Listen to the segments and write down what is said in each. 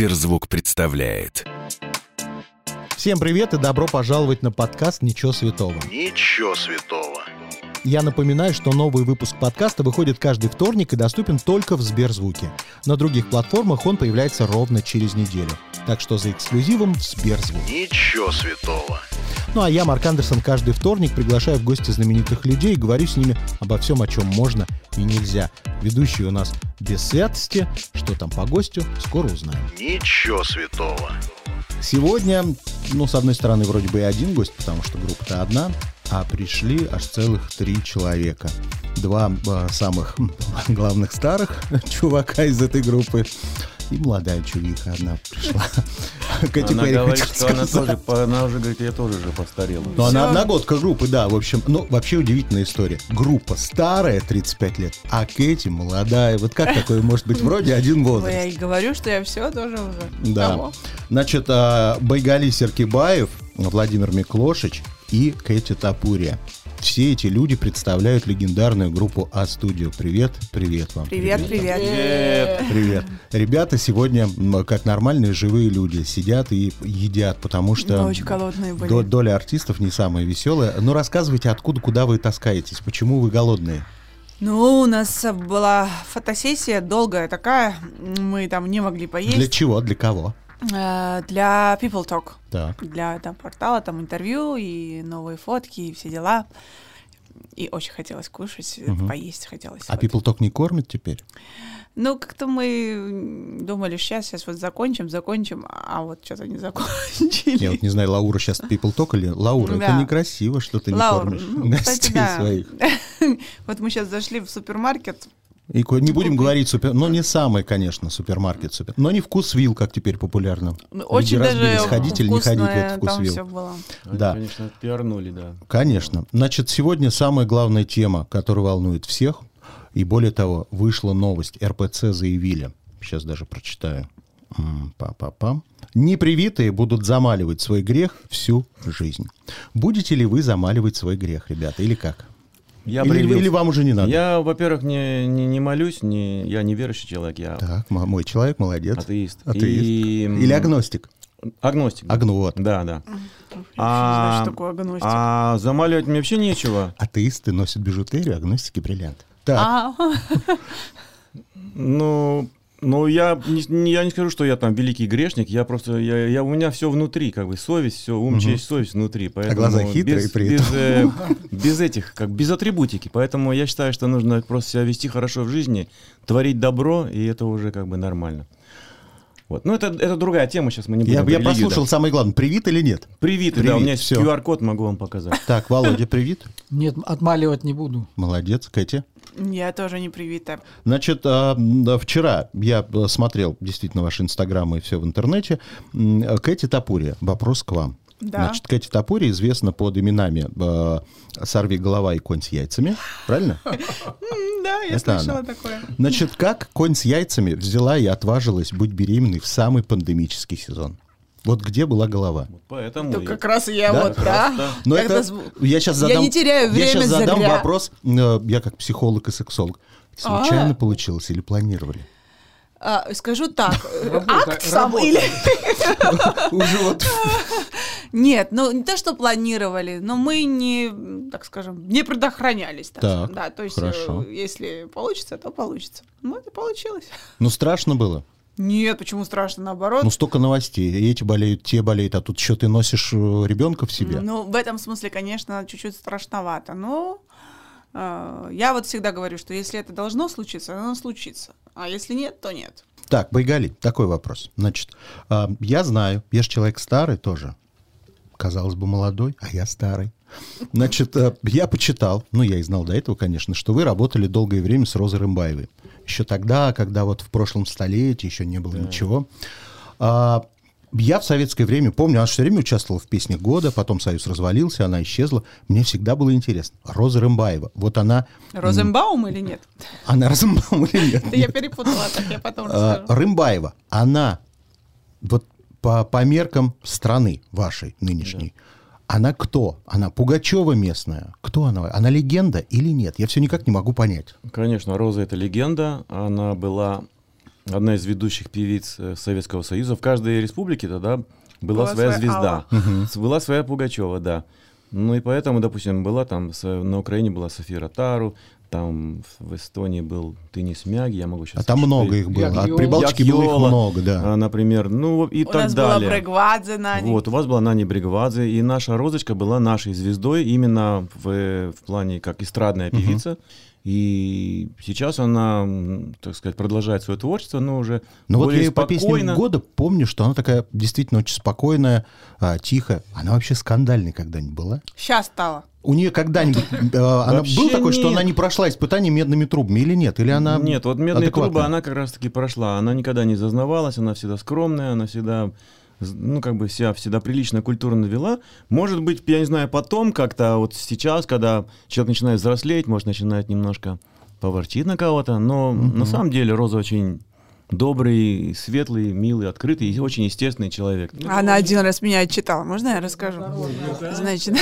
Сберзвук представляет. Всем привет и добро пожаловать на подкаст «Ничего святого». Ничего святого. Я напоминаю, что новый выпуск подкаста выходит каждый вторник и доступен только в Сберзвуке. На других платформах он появляется ровно через неделю. Так что за эксклюзивом в Сберзвук. Ничего святого. Ну а я, Марк Андерсон, каждый вторник приглашаю в гости знаменитых людей и говорю с ними обо всем, о чем можно и нельзя. Ведущие у нас без святости. Что там по гостю, скоро узнаем. Ничего святого. Сегодня, с одной стороны, вроде бы и один гость, потому что группа-то одна, а пришли аж целых 3 человека. 2 самых главных старых чувака из этой группы и молодая чувиха одна пришла. Она говорит, что она уже говорит, я тоже уже постарела. Но она одногодка группы, да, в общем, вообще удивительная история. Группа старая, 35 лет, а Кэти молодая. Вот как такое может быть? Вроде один возраст. Я и говорю, что я все тоже уже. Да. Того. Значит, Байгали Серкибаев, Владимир Миклошич и Кэти Тапурия. Все эти люди представляют легендарную группу А-студио. Привет вам. Привет. Привет. Ребята сегодня, как нормальные живые люди, сидят и едят, потому что очень голодные были. Доля артистов не самая веселая. Ну, рассказывайте, куда вы таскаетесь, почему вы голодные? У нас была фотосессия долгая такая, мы там не могли поесть. Для чего? Для кого? Для People Talk. Так. Для портала, там интервью и новые фотки, и все дела. И очень хотелось кушать, поесть хотелось. А People Talk не кормит теперь? Как-то мы думали, сейчас вот закончим, а вот что-то не закончили. Я вот не знаю, Лаура сейчас People Talk или Лаура, Да. это некрасиво, что ты не кормишь гостей своих. Вот мы сейчас зашли в супермаркет. И не будем говорить не самый, конечно, супермаркет супер, но не Вкусвилл, как теперь популярно. Очень даже ходить или не ходить в этот там Вкусвилл. все было. Да. Они, конечно, пиарнули, да. Конечно. Значит, сегодня самая главная тема, которая волнует всех, и более того, вышла новость. РПЦ заявили, сейчас даже прочитаю. Непривитые будут замаливать свой грех всю жизнь. Будете ли вы замаливать свой грех, ребята, или как? Или вам уже не надо? Я, во-первых, не молюсь, я не верующий человек, я Так, мой человек, молодец. атеист. Или агностик? Агностик. Вот. Да. Я вообще не знаю, что такое агностик. А замаливать мне вообще нечего. Атеисты носят бижутерию, агностики бриллиант. Так, Я не скажу, что я там великий грешник, я просто, у меня все внутри, как бы совесть, все, ум, честь, совесть внутри. Поэтому глаза хитрые при этом. Без этих, без атрибутики. Поэтому я считаю, что нужно просто себя вести хорошо в жизни, творить добро, и это уже как бы нормально. Вот. Это другая тема, сейчас мы не будем. Я послушал, самое главное, привит или нет? Привит, да, у меня есть QR-код, могу вам показать. Так, Володя, привит. Нет, отмаливать не буду. Молодец, Кэти. Я тоже не привита. Значит, вчера я смотрел действительно ваши инстаграмы и все в интернете. Кэти Тапурия, вопрос к вам. Да. Значит, Кэти Тапурия известна под именами «Сорви голова» и «Конь с яйцами». Правильно? Да, я Это слышала она. такое. Значит, как «Конь с яйцами» взяла и отважилась быть беременной в самый пандемический сезон? Вот где была голова? Поэтому... То как раз я Да? вот, да. Но Когда я сейчас задам, не теряю время я сейчас задам зря. вопрос, я как психолог и сексолог. Случайно получилось или планировали? Скажу так, акт сам или... Уже вот. Нет, не то, что планировали, но мы не, так скажем, не предохранялись. Так, да, то есть, хорошо. если получится, то получится. Это получилось. Страшно было? Нет, почему страшно, наоборот. Столько новостей. Эти болеют, те болеют, а тут еще ты носишь ребенка в себе. В этом смысле, конечно, чуть-чуть страшновато. Но я вот всегда говорю, что если это должно случиться, оно случится. А если нет, то нет. Так, Байгали, такой вопрос. Значит, я знаю, я же человек старый тоже. Казалось бы, молодой, а я старый. Значит, я почитал, я и знал до этого, конечно, что вы работали долгое время с Розой Рымбаевой. Еще тогда, когда вот в прошлом столетии еще не было ничего. Я в советское время помню, она все время участвовала в «Песнях года», потом Союз развалился, она исчезла. Мне всегда было интересно. Роза Рымбаева, вот она... Розенбаум или нет? Она Розенбаум или нет? Я перепутала, так я потом расскажу. Рымбаева, она вот по меркам страны вашей нынешней, она кто? Она Пугачева местная? Кто она? Она легенда или нет? Я все никак не могу понять. Конечно, Роза — это легенда. Она была одна из ведущих певиц Советского Союза. В каждой республике тогда была своя своя звезда. Мгм. Была своя Пугачева, да. Ну и поэтому, допустим, была там, на Украине была София Ротару, там в Эстонии был Тынис Мяги, я могу сейчас... А там много их было. От Як Прибалтики было их Йола, много, да. например, ну и У так нас далее. была Брегвадзе, Нани. Вот, у вас была Нани Бригвадзе, и наша Розочка была нашей звездой именно в плане как эстрадная певица. И сейчас она, так сказать, продолжает свое творчество, но уже Но вот я более ее по песням спокойно. года помню, что она такая действительно очень спокойная, тихая. Она вообще скандальной когда-нибудь была? Сейчас стала. У нее когда-нибудь она Вообще был такой, что нет. она не прошла испытание медными трубами или нет? Или она Нет, вот медные адекватная? трубы она как раз-таки прошла. Она никогда не зазнавалась, она всегда скромная, она всегда, ну, как бы всегда прилично, культурно вела. Может быть, я не знаю, потом как-то, вот сейчас, когда человек начинает взрослеть, может, начинает немножко поворчить на кого-то, но на самом деле Роза очень добрый, светлый, милый, открытый и очень естественный человек. Она один раз меня отчитала. Можно я расскажу? Значит,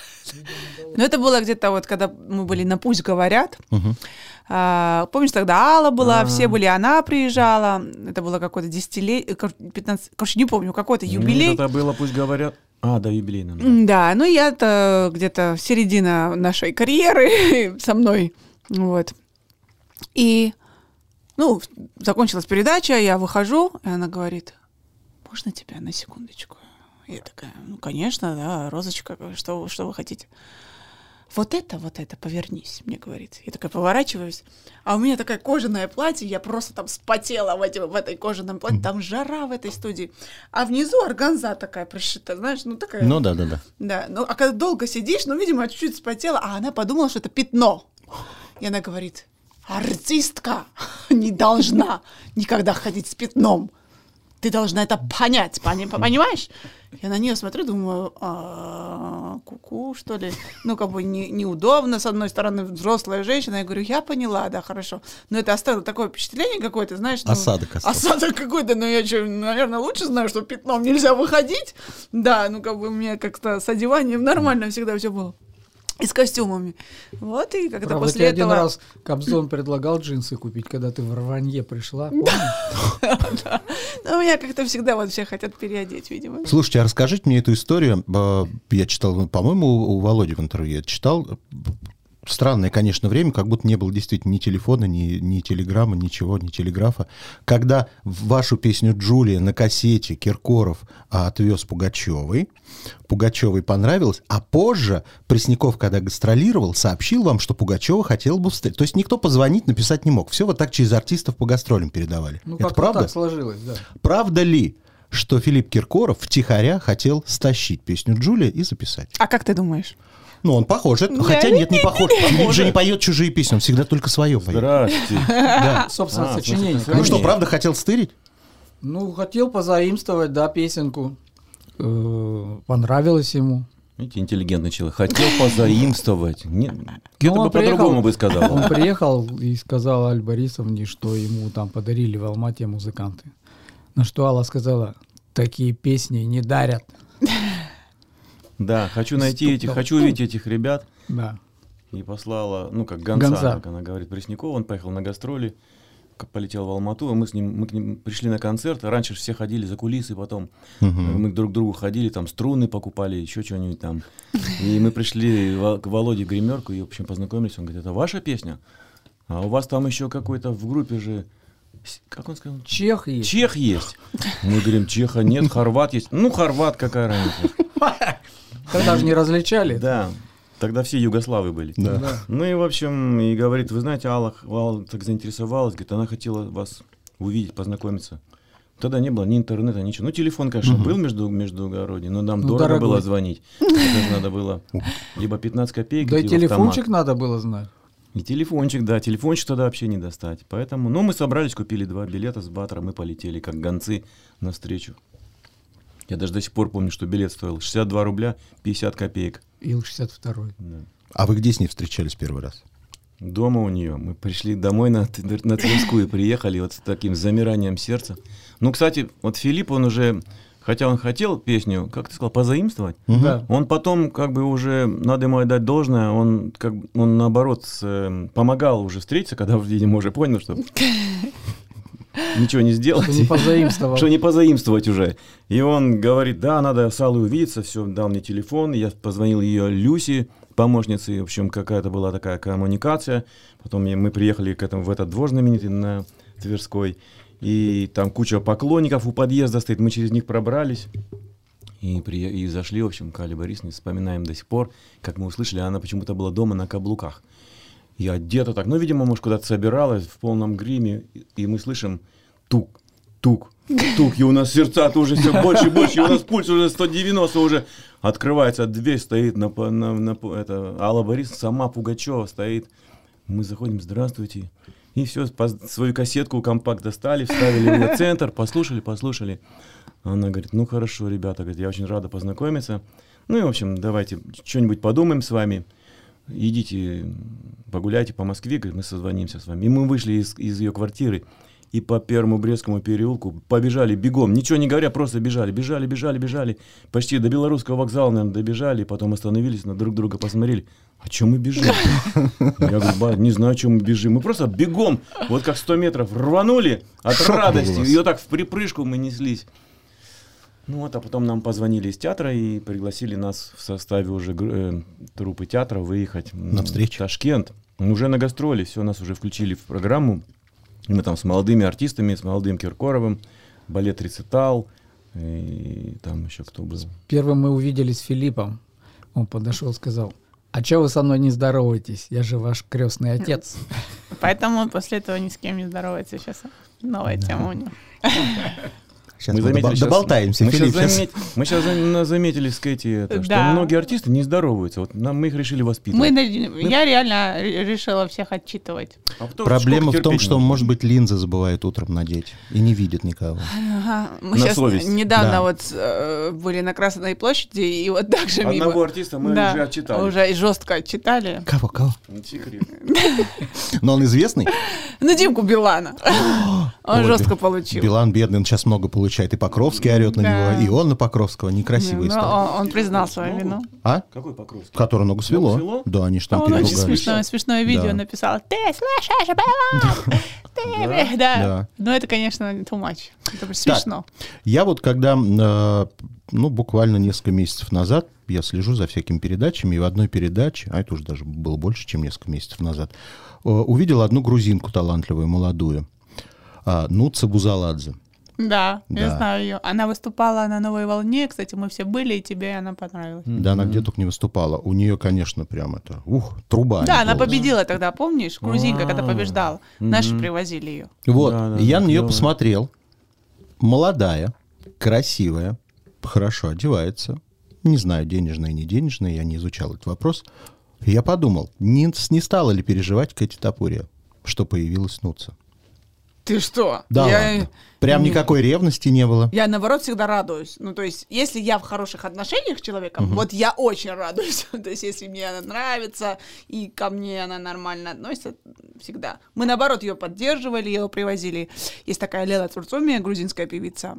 ну это было где-то вот, когда мы были на «Пусть говорят». Помнишь, тогда Алла была, все были, она приезжала. Это было какое-то 10-летие, 15, короче, не помню, какой-то юбилей. Это было, пусть говорят... да, юбилейно. Да. Да, ну я-то где-то середина нашей карьеры со мной, вот. И, ну, закончилась передача, я выхожу, и она говорит: можно тебя на секундочку? Я такая: ну, конечно, да, Розочка, что вы хотите? Вот это, повернись, мне говорит. Я такая поворачиваюсь, а у меня такое кожаное платье, я просто там спотела в этой кожаном платье, там жара в этой студии, а внизу органза такая прошита, знаешь, ну такая... Ну да. Да, ну а когда долго сидишь, ну, видимо, чуть-чуть спотела, а она подумала, что это пятно. И она говорит: артистка не должна никогда ходить с пятном. Ты должна это понять, понимаешь? Я на нее смотрю, думаю, куку, что ли? Ну, как бы неудобно, с одной стороны, взрослая женщина. Я говорю: я поняла, да, хорошо. Но это оставило такое впечатление какое-то, знаешь... Ну, Осадок остался. Осадок какой-то, но я, наверное, лучше знаю, что пятном нельзя выходить. Да, ну, как бы у меня как-то с одеванием нормально всегда все было. И с костюмами. Вот, и когда Правда, после тебе этого... один раз Кобзон предлагал джинсы купить, когда ты в рванье пришла, помнишь? Ну, меня как-то всегда вот все хотят переодеть, видимо. Слушайте, а расскажите мне эту историю. Я читал, по-моему, у Володи в интервью я читал. Странное, конечно, время, как будто не было действительно ни телефона, ни телеграмма, ничего, ни телеграфа. Когда вашу песню «Джулия» на кассете Киркоров отвез Пугачевой понравилось, а позже Пресняков, когда гастролировал, сообщил вам, что Пугачева хотела бы встретить. То есть никто позвонить, написать не мог. Все вот так через артистов по гастролям передавали. Ну, Это как-то правда? так сложилось, да. Правда ли, что Филипп Киркоров втихаря хотел стащить песню «Джулия» и записать? А как ты думаешь? Ну, он похож. Хотя нет, не похож. Филипп же не поет чужие песни, он всегда только свое поет. Здравствуйте. Да. Собственно, А, сочинение. слушай, Ну что, конечно. правда хотел стырить? Ну, хотел позаимствовать, да, песенку. Понравилось ему. Видите, интеллигентный человек. Хотел позаимствовать. Нет, Ну, кто-то он бы по-другому приехал- бы сказал. Он приехал и сказал Алле Борисовне, что ему там подарили в Алмате музыканты. На что Алла сказала: такие песни не дарят. Да, хочу увидеть этих ребят. Да. И послала, ну, как гонца, Гонца. как она говорит, Преснякова. Он поехал на гастроли, полетел в Алмату, и мы к ним пришли на концерт. Раньше все ходили за кулисы, потом мы друг к другу ходили, там струны покупали, еще что-нибудь там. И мы пришли к Володе в гримерку, и, в общем, познакомились. Он говорит: это ваша песня? А у вас там еще какой-то в группе же, как он сказал? Чех есть. Чех есть. Мы говорим: чеха нет, хорват есть. Ну, хорват, какая разница. Тогда же не различали. Да, тогда все югославы были. Да. Ну и, в общем, и говорит: вы знаете, Алла так заинтересовалась, говорит, она хотела вас увидеть, познакомиться. Тогда не было ни интернета, ничего. Ну, телефон, конечно, был междугородний, но нам дорого дорогой. было звонить. Это же надо было либо 15 копеек, Да и либо автомат. телефончик надо было знать. И телефончик, да, телефончик тогда вообще не достать. Поэтому, ну, мы собрались, купили 2 билета с Батра, мы полетели как гонцы навстречу. Я даже до сих пор помню, что билет стоил 62 рубля 50 копеек. Ил-62. Да. А вы где с ней встречались первый раз? Дома у нее. Мы пришли домой на Тверскую, приехали вот с таким замиранием сердца. Ну, кстати, вот Филипп, он уже, хотя он хотел песню, как ты сказал, позаимствовать, Да. он потом, как бы уже, надо ему отдать должное, он наоборот помогал уже встретиться, когда, видимо, уже понял, что ничего не сделать. Что не позаимствовал. Что не позаимствовать уже. И он говорит, да, надо с Аллой увидеться, все, дал мне телефон, я позвонил ее Люси, помощнице, в общем, какая-то была такая коммуникация. Потом мы приехали в этот двор знаменитый на Тверской, и там куча поклонников у подъезда стоит, мы через них пробрались. И зашли, в общем, к Алле Борисовне, вспоминаем до сих пор, как мы услышали, она почему-то была дома на каблуках. И одета так, ну, видимо, может, куда-то собиралась в полном гриме, и мы слышим тук, тук, тук, и у нас сердца-то уже все больше и больше, и у нас пульс уже 190 уже. Открывается дверь, стоит Алла Борисовна, сама Пугачева стоит. Мы заходим, здравствуйте. И все, свою кассетку, компакт достали, вставили в ее центр, послушали. Она говорит, ну хорошо, ребята, говорит, я очень рада познакомиться. Ну и, в общем, давайте что-нибудь подумаем с вами. Идите, погуляйте по Москве, говорит, мы созвонимся с вами. И мы вышли из ее квартиры и по Первому Брестскому переулку побежали бегом, ничего не говоря, просто бежали. Почти до Белорусского вокзала, наверное, добежали, потом остановились, на друг друга посмотрели. А чем мы бежим? Я говорю, не знаю, о чем мы бежим. Мы просто бегом, вот как 100 метров, рванули от радости. И вот так в припрыжку мы неслись. Ну вот, а потом нам позвонили из театра и пригласили нас в составе уже труппы театра выехать в Ташкент. Уже на гастроли, все, нас уже включили в программу. Мы там с молодыми артистами, с молодым Киркоровым, балет «Рецитал», и там еще кто был. Первым мы увиделись с Филиппом. Он подошел и сказал, а чего вы со мной не здороваетесь? Я же ваш крестный отец. Поэтому он после этого ни с кем не здоровается. Сейчас новая тема у него. Сейчас мы доболтаемся, Филипп. Мы сейчас заметили с Кэти, что многие артисты не здороваются. Вот мы их решили воспитывать. Я реально решила всех отчитывать. Проблема в том, что, может быть, линзы забывают утром надеть и не видит никого. Мы сейчас недавно вот были на Красной площади, и вот так же мимо. Одного артиста мы уже отчитали. Уже жестко отчитали. Кого? Секрет. Но он известный? Ну, Димку Билана. Он жестко получил. Билан бедный, он сейчас много получает. И Покровский орет на него, и он на Покровского. Некрасивый стал. Он признал свою вину. А? Какой Покровский? Который ногу свело. Да, они же там переругались. Он смешное видео написал. Ты слышишь, Билан? Да. Но это, конечно, too much. Это смешно. Я вот когда, буквально несколько месяцев назад, я слежу за всякими передачами, и в одной передаче, а это уже даже было больше, чем несколько месяцев назад, увидел одну грузинку талантливую, молодую, Нуца Бузаладзе. Да, я знаю ее. Она выступала на «Новой волне», кстати, мы все были, и тебе она понравилась. Да, она где только не выступала. У нее, конечно, прям это, труба. Да, она победила тогда, помнишь? Грузинка, когда побеждала. Наши привозили ее. Вот, я на нее посмотрел. Молодая, красивая, хорошо одевается. Не знаю, денежная, не денежная, я не изучал этот вопрос. Я подумал, не стала ли переживать Кэти Топурия, что появилась Нуца. Ты что? Да, ладно. Прям никакой ревности не было. Я, наоборот, всегда радуюсь. Ну, то есть, если я в хороших отношениях с человеком, вот я очень радуюсь. То есть, если мне она нравится, и ко мне она нормально относится, всегда. Мы, наоборот, ее поддерживали, ее привозили. Есть такая Лела Цурцумия, грузинская певица.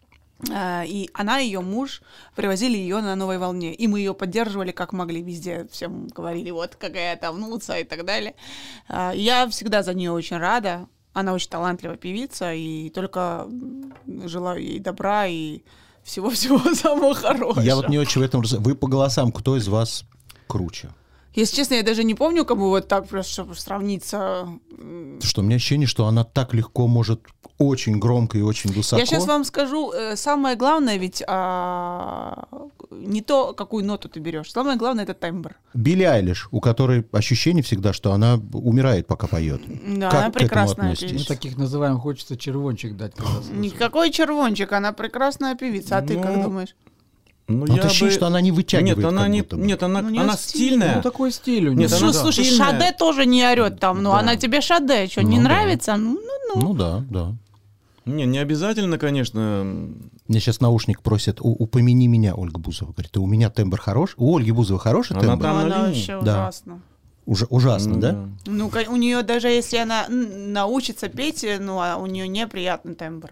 И она и ее муж привозили ее на «Новой волне». И мы ее поддерживали как могли везде. Всем говорили, вот какая там Нуца и так далее. Я всегда за нее очень рада. Она очень талантливая певица, и только желаю ей добра и всего-всего самого хорошего. Я вот не очень в этом... Вы по голосам, кто из вас круче? Если честно, я даже не помню, кому вот так просто, чтобы сравниться. Что у меня ощущение, что она так легко может очень громко и очень высоко. Я сейчас вам скажу, самое главное ведь не то, какую ноту ты берешь. Самое главное — это тембр. Билли Айлиш, у которой ощущение всегда, что она умирает, пока поет. Да, как она прекрасная певица. Ну, таких называем, хочется червончик дать. Никакой червончик, она прекрасная певица. А ты как думаешь? Ну, ощущение, что она не вытягивает. Нет, она стильная. Ну, такой стиль у нее. Слушай, Шаде тоже не орет там. Ну, она тебе Шаде, что, не нравится? Ну, да. Не обязательно, конечно. Мне сейчас наушник просит, упомяни меня, Ольга Бузова. Говорит, у меня тембр хороший. У Ольги Бузовой хороший тембр? Она вообще ужасно. Ужасно, да? Ну, у нее даже если она научится петь, ну, у нее неприятный тембр.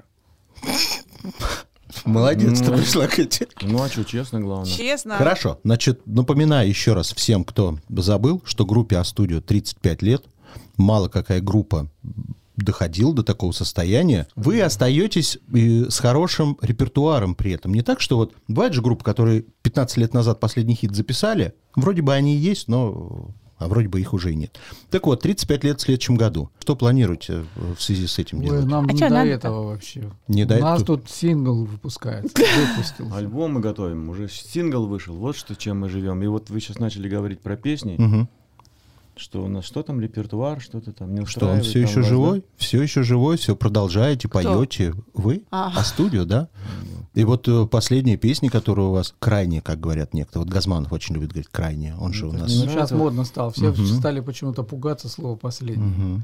Молодец, ты пришла к этим. Ну, а что, честно, главное. Честно. Хорошо, значит, напоминаю еще раз всем, кто забыл, что группе А-студио 35 лет. Мало какая группа доходил до такого состояния, вы остаетесь с хорошим репертуаром при этом. Не так, что вот бывает же группы, которые 15 лет назад последний хит записали, вроде бы они и есть, но... А вроде бы их уже и нет. Так вот, 35 лет в следующем году. Что планируете в связи с этим делать? Нам не чё до надо-то? этого вообще. Не У до нас этого? тут сингл выпускается. Выпустился. Альбом мы готовим, уже сингл вышел, вот что, чем мы живем. И вот вы сейчас начали говорить про песни, Мгм. что у нас, что там, репертуар, что-то там не Что, он устраивает. все там еще вас, живой? Все еще живой, все продолжаете, поете. Вы? А студию, да? И вот последние песни, которые у вас крайние, как говорят некоторые. Вот Газманов очень любит говорить крайние. Он же у так нас... не Сейчас нравится. модно стало. Все стали почему-то пугаться слова «последний». Мгм.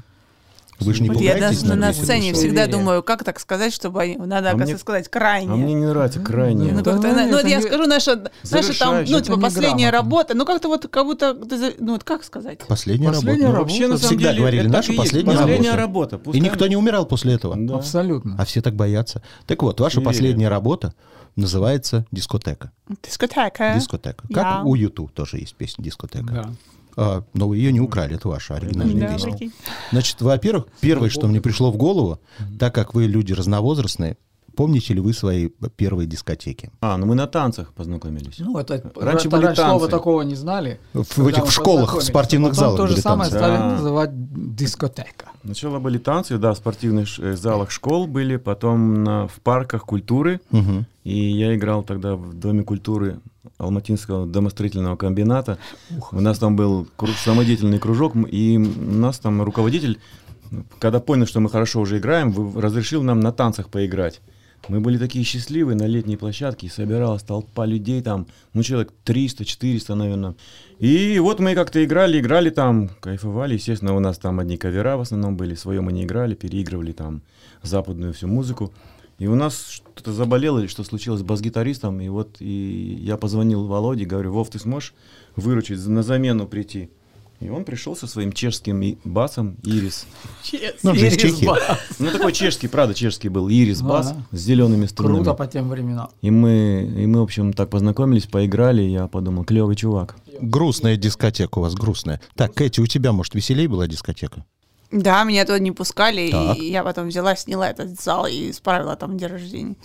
Вы же не Вот я пугаетесь? даже на надеюсь, сцене что- всегда Уверен. думаю, как так сказать, чтобы надо, А оказывается, мне- сказать да? А мне крайне. не нравится крайне. Ну, Да, как-то, нет, ну, вот это я не- скажу, наша там, Завершающее. ну, Это типа, последняя неграмотно. работа, ну, как-то вот, как будто, ну, вот как сказать? Последняя Последняя работа. работа. Вообще, на самом Всегда деле, говорили, это наша так и есть. последняя Последняя работа. работа. И Пускай- никто не умирал после этого. Да. Абсолютно. А все так боятся. Так вот, ваша Не последняя верю. работа называется «Дискотека». Дискотека. Дискотека. Я. Как у Юту тоже есть песня «Дискотека». Да. Но вы ее не украли, это ваша оригинальная Да, песня. прикинь. Значит, во-первых, первое, что мне пришло в голову, так как вы люди разновозрастные, помните ли вы свои первые дискотеки? Ну мы на танцах познакомились. Ну, это Раньше были раньше слова танцы. такого не знали. В Когда этих мы школах, в познакомились. спортивных Потом залах то же были самое танцы. стали Да. называть дискотека. Сначала были танцы, да, в спортивных залах школ были, потом в парках культуры. Мгм. И я играл тогда в Доме культуры Алматинского домостроительного комбината. У нас там был самодеятельный кружок, и у нас там руководитель, когда понял, что мы хорошо уже играем, разрешил нам на танцах поиграть. Мы были такие счастливые на летней площадке, и собиралась толпа людей там, человек 300-400, наверное. И вот мы как-то играли там, кайфовали. Естественно, у нас там одни кавера в основном были, свое мы не играли, переигрывали там западную всю музыку. И у нас что-то заболело или что случилось с бас-гитаристом, и я позвонил Володе, говорю: Вов, ты сможешь выручить, на замену прийти? И он пришел со своим чешским басом «Ирис». Ну, он же из Чехии. Ну, такой чешский, правда, чешский был «Ирис» бас Ага. с зелеными струнами. Круто по тем временам. И мы, в общем, так познакомились, поиграли, и я подумал, клевый чувак. Грустная дискотека у вас, грустная. Так, Кэти, у тебя, может, веселее была дискотека? Да, меня туда не пускали, Так. и я потом взяла, сняла этот зал и исправила там день рождения.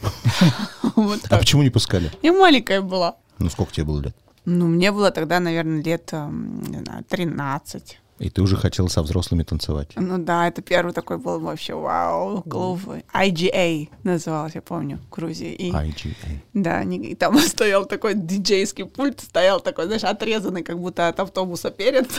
Вот А так. почему не пускали? Я маленькая была. Ну, сколько тебе было лет? Ну, мне было тогда, наверное, лет, не знаю, 13. И ты уже хотела со взрослыми танцевать. Ну да, это первый такой был вообще вау, клуб. IGA назывался, я помню, в Грузии. И, IGA. да, и там стоял такой диджейский пульт, стоял такой, знаешь, отрезанный как будто от автобуса перед.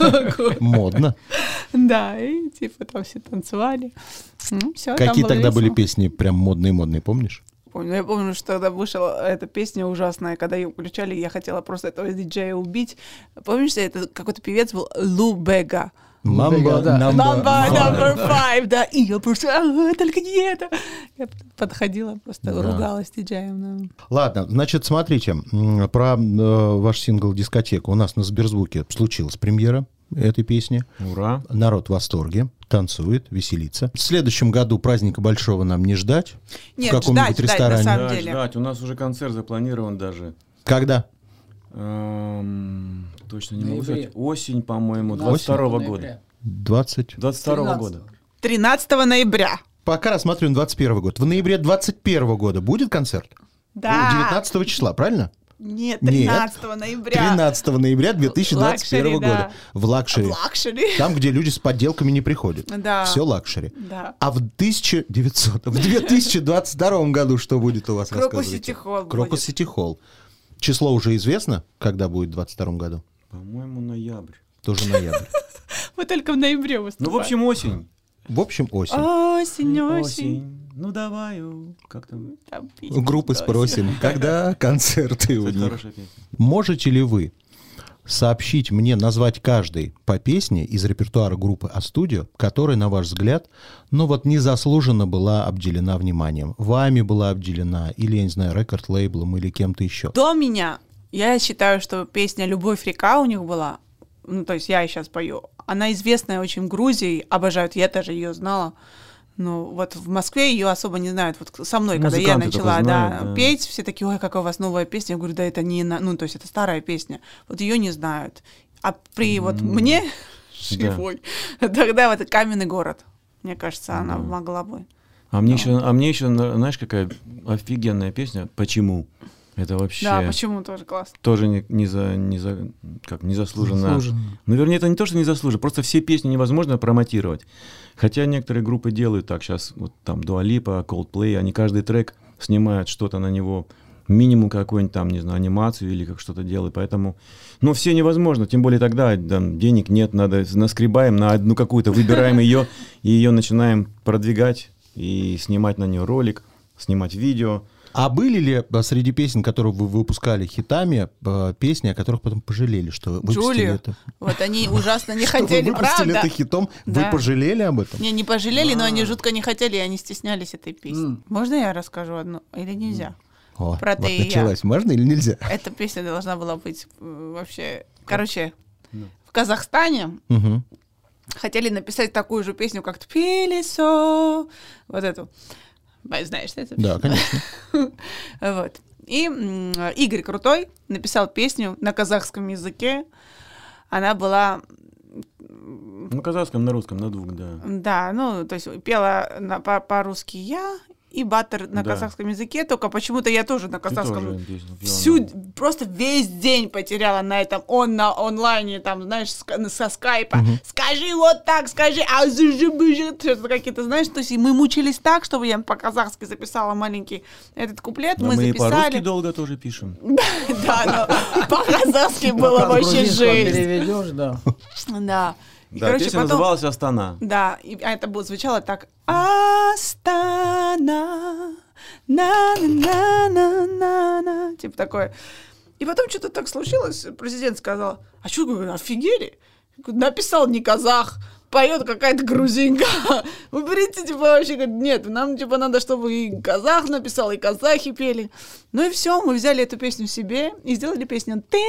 Модно. Да, и типа там все танцевали. Ну, всё, там Какие было тогда были весело. песни прям модные-модные, помнишь? Помню. Я помню, что тогда вышла эта песня ужасная, когда ее включали, я хотела просто этого диджея убить. Помнишь, это какой-то певец был Лу Бега? Мамба, да. Мамба number 5, да, и я просто, только не это. Я подходила, просто Да. ругалась с диджеем. Да. Ладно, значит, смотрите, про ваш сингл «Дискотека». У нас на Сберзвуке случилась премьера этой песни. Ура! Народ в восторге, танцует, веселится. В следующем году праздника большого нам не ждать. Нет, в каком-нибудь ждать, ресторане. на самом Да, деле. ждать. У нас уже концерт запланирован даже. Когда? Точно не могу Ноябре. сказать. Осень, по-моему, 15 22 ноября. года. 20. 22 года. 13 ноября. Пока рассматриваем 21 год. В ноябре 21 года будет концерт? Да. 19 числа, правильно? Нет, Нет. 13 ноября. 13 ноября 2021 Лакшери, года. да. В лакшери. В лакшери. Там, где люди с подделками не приходят. Да. Все лакшери. Да. А в 2022 году что будет у вас, Крокус рассказывайте? Сити Холл Крокус будет. Сити Холл. Число уже известно, когда будет в 2022 году? По-моему, ноябрь. Тоже ноябрь. Мы только в ноябре выступаем. Ну, в общем, осень. В общем, осень. Осень, осень. Ну, давай, как там? Там пить У группы бросим. спросим, когда концерты у Кстати, них. хорошая песня. Можете ли вы сообщить мне, назвать каждый по песне из репертуара группы А-студио, которая, на ваш взгляд, ну вот незаслуженно была обделена вниманием? Вами была обделена, или, я не знаю, рекорд-лейблом, или кем-то еще? До меня, я считаю, что песня «Любовь река» у них была, ну, то есть я сейчас пою, она известная очень в Грузии, обожают, я даже ее знала. Ну, вот в Москве ее особо не знают. Вот со мной, когда я Музыканты начала только знают, да. петь, все такие: ой, какая у вас новая песня. Я говорю: да это не... Ну, то есть это старая песня. Вот ее не знают. А при вот мне, живой, тогда вот «Каменный город». Мне кажется, она могла бы. А мне еще, знаешь, какая офигенная песня «Почему?» Это вообще... Да, почему тоже классно. Тоже незаслуженно. Заслуженно. Ну, вернее, это не то, что незаслуженно, просто все песни невозможно промотировать. Хотя некоторые группы делают так. Сейчас вот там Dua Lipa, Coldplay, они каждый трек снимают что-то на него, минимум какую-нибудь там, не знаю, анимацию или как что-то делают. Поэтому, ну, все невозможно. Тем более тогда там, денег нет, надо наскребаем на одну какую-то, выбираем ее, и ее начинаем продвигать и снимать на нее ролик, снимать видео. А были ли среди песен, которые вы выпускали хитами, песни, о которых потом пожалели, что выпустили Джулию. это? Вот они ужасно не Что вы хотели, выпустили правда? это хитом? Да. Вы пожалели об этом? Не пожалели, но они жутко не хотели, и они стеснялись этой песни. Можно я расскажу одну? Или нельзя? О, Про вот «Ты и я». началась. Можно или нельзя? Эта песня должна была быть вообще... Короче, в Казахстане Мгм. хотели написать такую же песню, как «Тбилисо». Вот эту. Знаешь, это? Да, конечно. Вот. И Игорь Крутой написал песню на казахском языке. Она была... На казахском, на русском, на двух, да. Да, ну, то есть пела по-русски я и Баттер на Да. казахском языке, только почему-то я тоже на Ты казахском... тоже песню пела, Всю, да. просто весь день потеряла на этом, на онлайне, там, знаешь, со скайпа. Скажи вот так, скажи, что-то какие-то, знаешь, то есть и мы мучились так, чтобы я по-казахски записала маленький этот куплет, Да, мы мы и по-русски записали. долго тоже пишем. Да, но по-казахски было Пока с вообще грузинского жесть. переведешь, да. Да. И, Да, короче, песня потом... называлась «Астана». Да, а это звучало так. Астана, на-на-на-на-на-на. Типа такое. И потом что-то так случилось, президент сказал, а что, говорю, офигели? Написал не казах, поет какая-то грузинка. Уберите, типа, вообще, говорит, нет, нам, типа, надо, чтобы и казах написал, и казахи пели. Ну и все, мы взяли эту песню себе и сделали песню «Ты,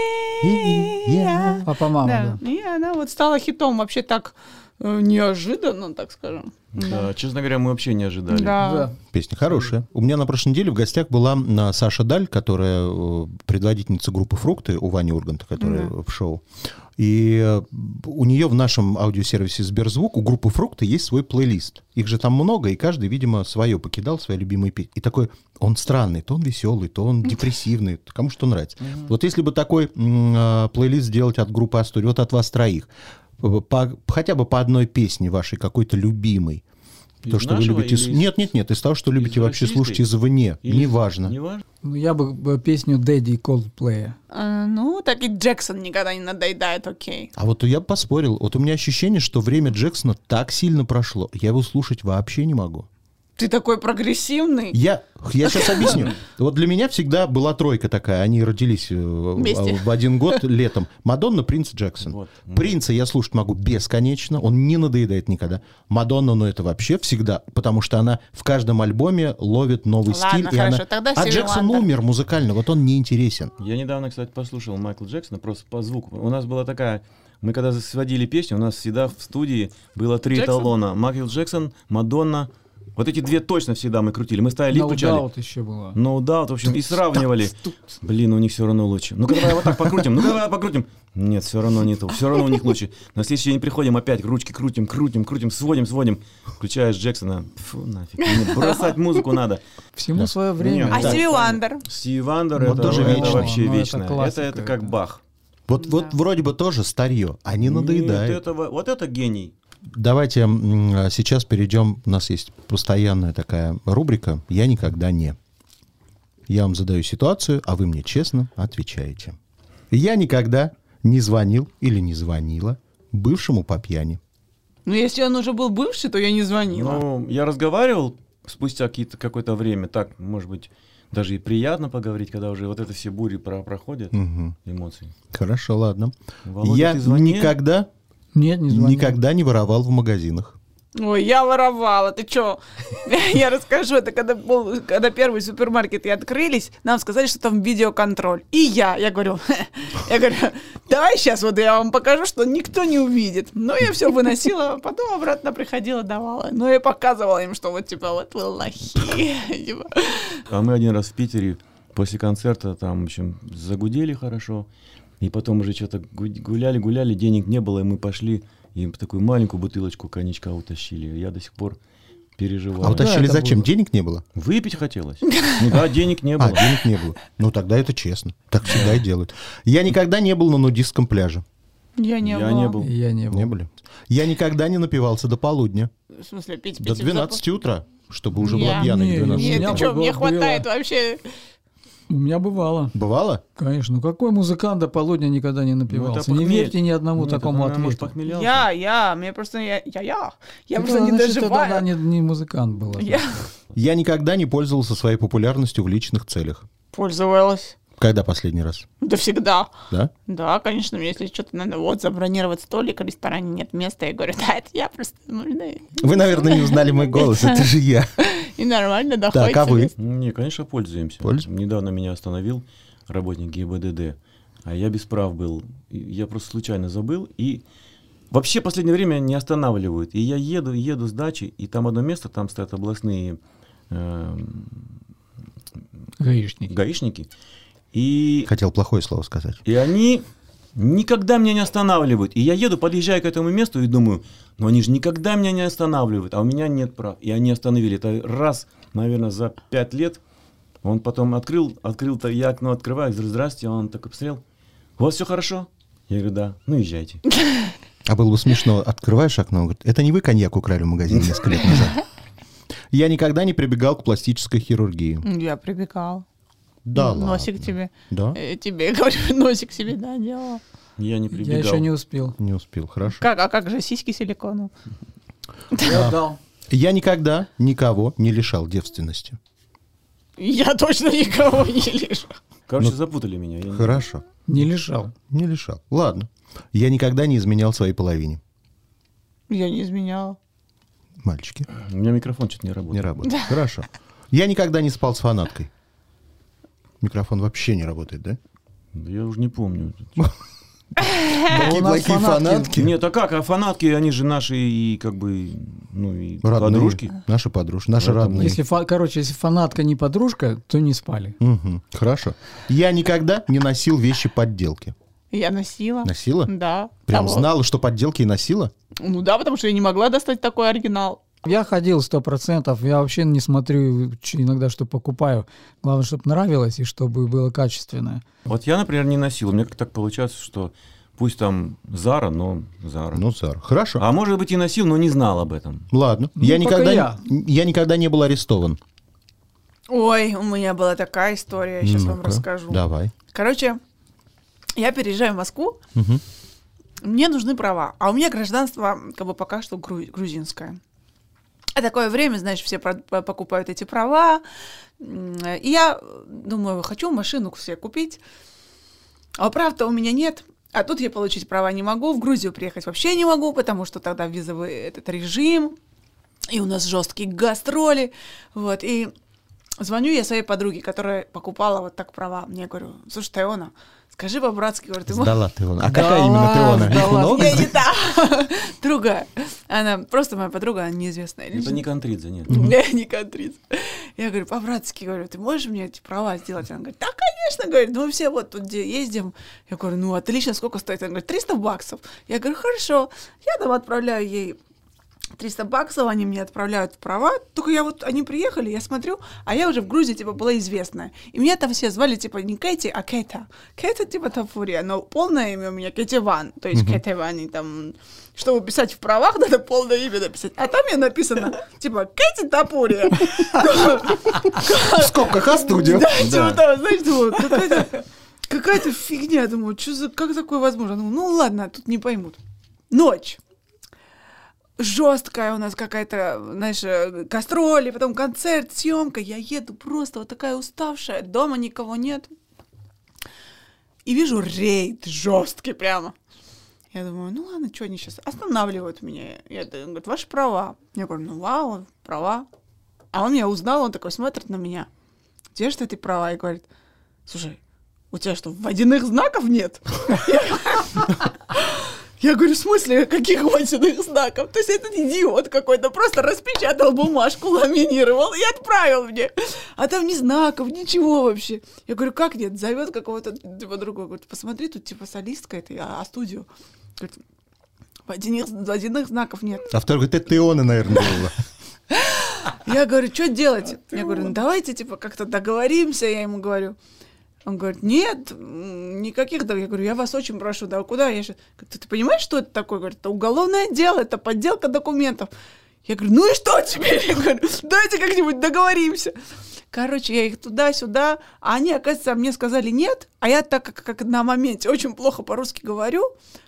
я». Папа, мама, Да. да. И она вот стала хитом вообще так неожиданно, так скажем. Да, честно говоря, мы вообще не ожидали. Да. Песня хорошая. У меня на прошлой неделе в гостях была Саша Даль, которая предводительница группы «Фрукты» у Вани Урганта, которая в шоу. И у нее в нашем аудиосервисе Сберзвук у группы «Фрукты» есть свой плейлист. Их же там много, и каждый, видимо, свое покидал, свои любимые песни. И такой, он странный, то он веселый, то он депрессивный, кому что нравится. Вот если бы такой плейлист сделать от группы «Астори», вот от вас троих, хотя бы по одной песне вашей, какой-то любимой, Из то, что вы нашего любите... или из- Нет, из того, что любите вообще российской? слушать извне, неважно. Неважно. Ну, я бы песню «Дэдди» Coldplay. Ну, так и Джексон никогда не надоедает, окей. А вот я бы поспорил, вот у меня ощущение, что время Джексона так сильно прошло, я его слушать вообще не могу. Ты такой прогрессивный. Я сейчас объясню. Вот для меня всегда была тройка такая. Они родились Вместе. в один год летом. Мадонна, Принц, Джексон. Вот. Принца я слушать могу бесконечно. Он не надоедает никогда. Мадонна, ну это вообще всегда. Потому что она в каждом альбоме ловит новый Ладно, стиль. хорошо, тогда А Стиви Джексон Вандер. умер музыкально. Вот он неинтересен. Я недавно, кстати, послушал Майкла Джексона просто по звуку. У нас была такая... Мы когда сводили песню, у нас всегда в студии было 3 Джексон? эталона. Майкл Джексон, Мадонна. Вот эти две точно всегда мы крутили. Мы ставили и No включали. Doubt еще была. No Doubt, в общем, и сравнивали. Блин, у них все равно лучше. Ну-ка давай вот так покрутим, ну-ка давай покрутим. Нет, все равно не то, все равно у них лучше. На следующий день приходим опять, ручки крутим, сводим. Включаешь Джексона. Фу, нафиг, мне бросать музыку надо. Всему свое время. Нет, А да. Стиви Вандер? Стиви Вандер, Вот это, тоже это вечно. вообще Ну, это вечное. классика, Это как это. Бах. Вот вроде бы тоже старье, а не надоедает. Вот это гений. Давайте сейчас перейдем. У нас есть постоянная такая рубрика «Я никогда не». Я вам задаю ситуацию, а вы мне честно отвечаете. Я никогда не звонил или не звонила бывшему по пьяни. Ну, если он уже был бывший, то я не звонила. Ну, я разговаривал спустя какое-то время, так, может быть, даже и приятно поговорить, когда уже вот это все бури проходят, эмоции. Хорошо, ладно. Володя, Я ты звонил? Нет, не звонил. никогда не воровал в магазинах. Ой, я воровала, ты чё? Я расскажу, это когда первые супермаркеты открылись, нам сказали, что там видеоконтроль. И я говорю, давай сейчас вот я вам покажу, что никто не увидит. Ну, я все выносила, потом обратно приходила, давала. Ну, я показывала им, что вот, типа, вот вы лохи. Типа. А мы один раз в Питере после концерта там, в общем, загудели хорошо. И потом уже что-то гуляли, денег не было, и мы пошли и такую маленькую бутылочку коньячка утащили. Я до сих пор переживаю. А утащили это зачем? было. Денег не было? Выпить хотелось. Ну да, денег не было. А, денег не было. Ну, тогда это честно. Так всегда и делают. Я никогда не был на нудистском пляже. Я не Я была. не был. Я не был. Не были? Я никогда не напивался до полудня. В смысле, пить До 12 утра, чтобы уже Я- была пьяной к Не, 12. Нет, меня ты что, мне было. хватает вообще. У меня бывало. Бывало? Конечно. Ну какой музыкант до полудня никогда не напивался? Не верьте ни одному Нет, такому это, может, ответу. похмелялся. Мне просто, я Ну, просто не значит, тогда доживаю. не музыкант был. Я Я никогда не пользовался своей популярностью в личных целях. пользовалась. Когда последний раз? Да всегда. Да? Да, конечно, мне если что-то надо вот забронировать столик, в ресторане нет места, я говорю, да, это я просто, Вы, наверное, не узнали мой голос, это же я. и нормально Так, доходит. а вы? Не, конечно, пользуемся. Пользуемся? Недавно меня остановил работник ГИБДД, а я без прав был. И я просто случайно забыл. И вообще в последнее время не останавливают. И я еду с дачи, и там одно место, там стоят областные Гаишник. гаишники. И Хотел плохое слово сказать. они никогда меня не останавливают. И я еду, подъезжаю к этому месту и думаю, ну они же никогда меня не останавливают, а у меня нет прав. И они остановили. Это раз, наверное, за 5 лет. Он потом открыл-то, я окно открываю, говорю, здрасте, он такой посмотрел, у вас все хорошо? Я говорю, да, ну езжайте. А было бы смешно, открываешь окно, он говорит, это не вы коньяк украли в магазине несколько лет назад? Я никогда не прибегал к пластической хирургии. Я прибегал. Да ладно. Носик тебе. Да? Тебе, говорю, носик себе, да, делала. Я не прибегал. Я еще не успел. Не успел, хорошо. А как же сиськи силикону? Я дал. Я никогда никого не лишал девственности. Я точно никого не лишу. Короче, запутали меня. я не- Хорошо. Не лишал. Не лишал. Ладно. Я никогда не изменял своей половине. Я не изменяла. Мальчики. У меня микрофон что-то не работает. Не работает. Хорошо. Я никогда не спал с фанаткой. Микрофон вообще не работает, да? Да я уже не помню. Такие у нас плохие фанатки. фанатки. Нет, а как? А фанатки, они же наши и как бы, ну и Родные. подружки. Наши подружки. Наши Поэтому родные. Если, если фанатка не подружка, то не спали. Мгм. Хорошо. Я никогда не носил вещи подделки. Я носила. Носила? Да. Прям Того. знала, что подделки и носила? Ну да, потому что я не могла достать такой оригинал. Я ходил 100%, я вообще не смотрю иногда, что покупаю. Главное, чтобы нравилось и чтобы было качественное. Вот я, например, не носил. У меня как так получается, что пусть там Зара, но Зара. Ну, Сара. Хорошо. А может быть и носил, но не знал об этом. Ладно. Ну, я, только никогда, я. я никогда не был арестован. Ой, у меня была такая история, я сейчас вам Ну-ка, расскажу. Давай. Короче, я переезжаю в Москву, Мгм. мне нужны права, а у меня гражданство как бы пока что грузинское. А такое время, знаешь, все покупают эти права, и я думаю, хочу машину себе купить, а прав-то у меня нет. А тут я получить права не могу, в Грузию приехать вообще не могу, потому что тогда визовый этот режим, и у нас жесткие гастроли, вот, и звоню я своей подруге, которая покупала вот так права, мне говорю, слушай, Теона, скажи по-братски, говорю, ты можешь... Сдала Теона. А Да какая именно ладно, Теона? да Их ладно. много? Не та, другая. Она просто моя подруга, она неизвестная Это личность. не Контридзе, нет. Не Катрица. Я говорю, по-братски, говорю, ты можешь мне эти права сделать? Она говорит, да, конечно, говорит, мы все вот тут где ездим. Я говорю, ну, отлично, сколько стоит? Она говорит, $300. Я говорю, хорошо. Я там отправляю ей $300, они мне отправляют права. Только я вот, они приехали, я смотрю, а я уже в Грузии, типа, была известная. И меня там все звали, типа, не Кэти, а Кэта. Кэта, типа, Тафурия, но полное имя у меня Кэти Ван. То есть Кэти Ван, и там, чтобы писать в правах, надо полное имя написать. А там мне написано, типа, Кэти Тапурия. В скобках А-студио. Да, типа того, знаешь, думаю, какая-то фигня. Думаю, как такое возможно? Думаю, ну ладно, тут не поймут. Ночь. Жесткая у нас какая-то, знаешь, гастроли, потом концерт, съемка. Я еду просто вот такая уставшая, дома никого нет. И вижу рейд жесткий прямо. Я думаю, ну ладно, что они сейчас останавливают меня. Я говорю, ваши права. Я говорю, ну вау, права. А он меня узнал, он такой смотрит на меня. Где же ты права? И говорит, слушай, у тебя что, водяных знаков нет? Я говорю, в смысле, каких водяных знаков? То есть этот идиот какой-то просто распечатал бумажку, ламинировал и отправил мне. А там ни знаков, ничего вообще. Я говорю, как нет? Зовет какого-то типа другого. Говорит, посмотри, тут типа солистка это, а студию. Говорит, водяных знаков нет. А второй говорит, это Иона, наверное, было. Я говорю, что делать? Я говорю, ну давайте, типа, как-то договоримся, я ему говорю. Он говорит, нет, никаких... Я говорю, я вас очень прошу, да куда? Я говорю, ты понимаешь, что это такое? Говорит, это уголовное дело, это подделка документов. Я говорю, ну и что теперь? Я говорю, давайте как-нибудь договоримся. Короче, я их туда-сюда, а они, оказывается, мне сказали нет, а я так как на моменте очень плохо по-русски говорю,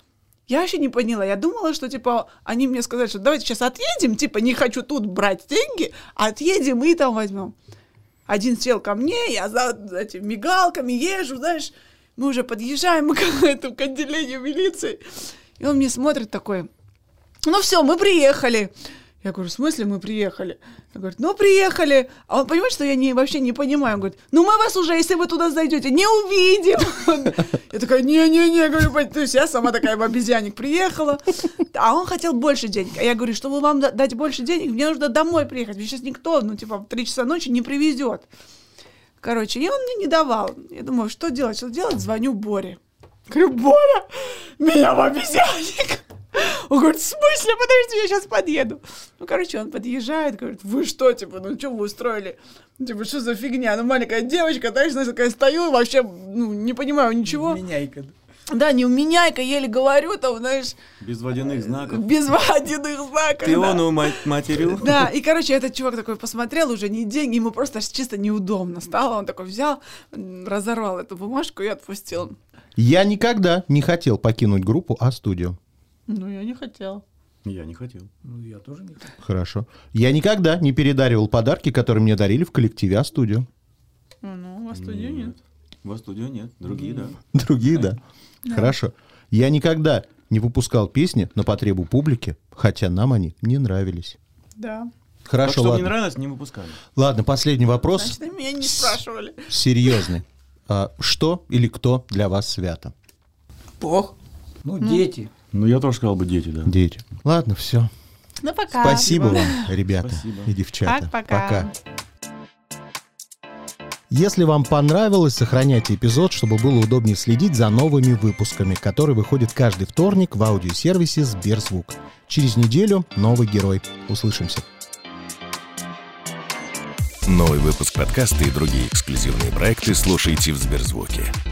я вообще не поняла. Я думала, что, типа, они мне сказали, что давайте сейчас отъедем, типа, не хочу тут брать деньги, отъедем и там возьмем. Один сел ко мне, я за этими мигалками езжу, знаешь, мы уже подъезжаем к отделению милиции, и он мне смотрит такой, ну все, мы приехали. Я говорю, в смысле мы приехали? Он говорит, ну приехали. А он понимает, что я вообще не понимаю. Он говорит, ну мы вас уже, если вы туда зайдете, не увидим. Я такая, не-не-не, говорю, то есть я сама такая в обезьянник приехала. А он хотел больше денег. А я говорю, чтобы вам дать больше денег, мне нужно домой приехать. Мне сейчас никто, в 3 часа ночи не привезет. Короче, и он мне не давал. Я думаю, что делать? Звоню Боре. Говорю, Боря, меня в обезьянник. Он говорит, в смысле? Подожди, я сейчас подъеду. Ну, короче, он подъезжает, говорит, вы что, типа, ну, что вы устроили? Типа, что за фигня? Ну, маленькая девочка, знаешь, такая стою, вообще, не понимаю ничего. Меняйка. Да, не уменяйка, еле говорю, там, знаешь... Без водяных знаков. Без водяных знаков, Ты он материл? Да, и, короче, этот чувак такой посмотрел, уже не деньги, ему просто чисто неудобно стало. Он такой взял, разорвал эту бумажку и отпустил. Я никогда не хотел покинуть группу А-студио. Ну, я не хотела. Я не хотел. Ну, я тоже не хотел. Хорошо. Я никогда не передаривал подарки, которые мне дарили в коллективе А-студио. Ну, в студии нет. В студию нет. Другие, да. Другие, да. Хорошо. Я никогда не выпускал песни на потребу публики, хотя нам они не нравились. Да. Хорошо, Что не ладно. нравилось, не выпускали. Ладно, последний вопрос. Значит, меня не спрашивали. Серьезный. Что или кто для вас свято? Бог. Ну, дети. Ну, я тоже сказал бы дети, да. Дети. Ладно, все. Ну, пока. Спасибо вам, ребята Спасибо. и девчата. Пока. Если вам понравилось, сохраняйте эпизод, чтобы было удобнее следить за новыми выпусками, которые выходят каждый вторник в аудиосервисе Сберзвук. Через неделю новый герой. Услышимся. Новый выпуск подкаста и другие эксклюзивные проекты слушайте в Сберзвуке.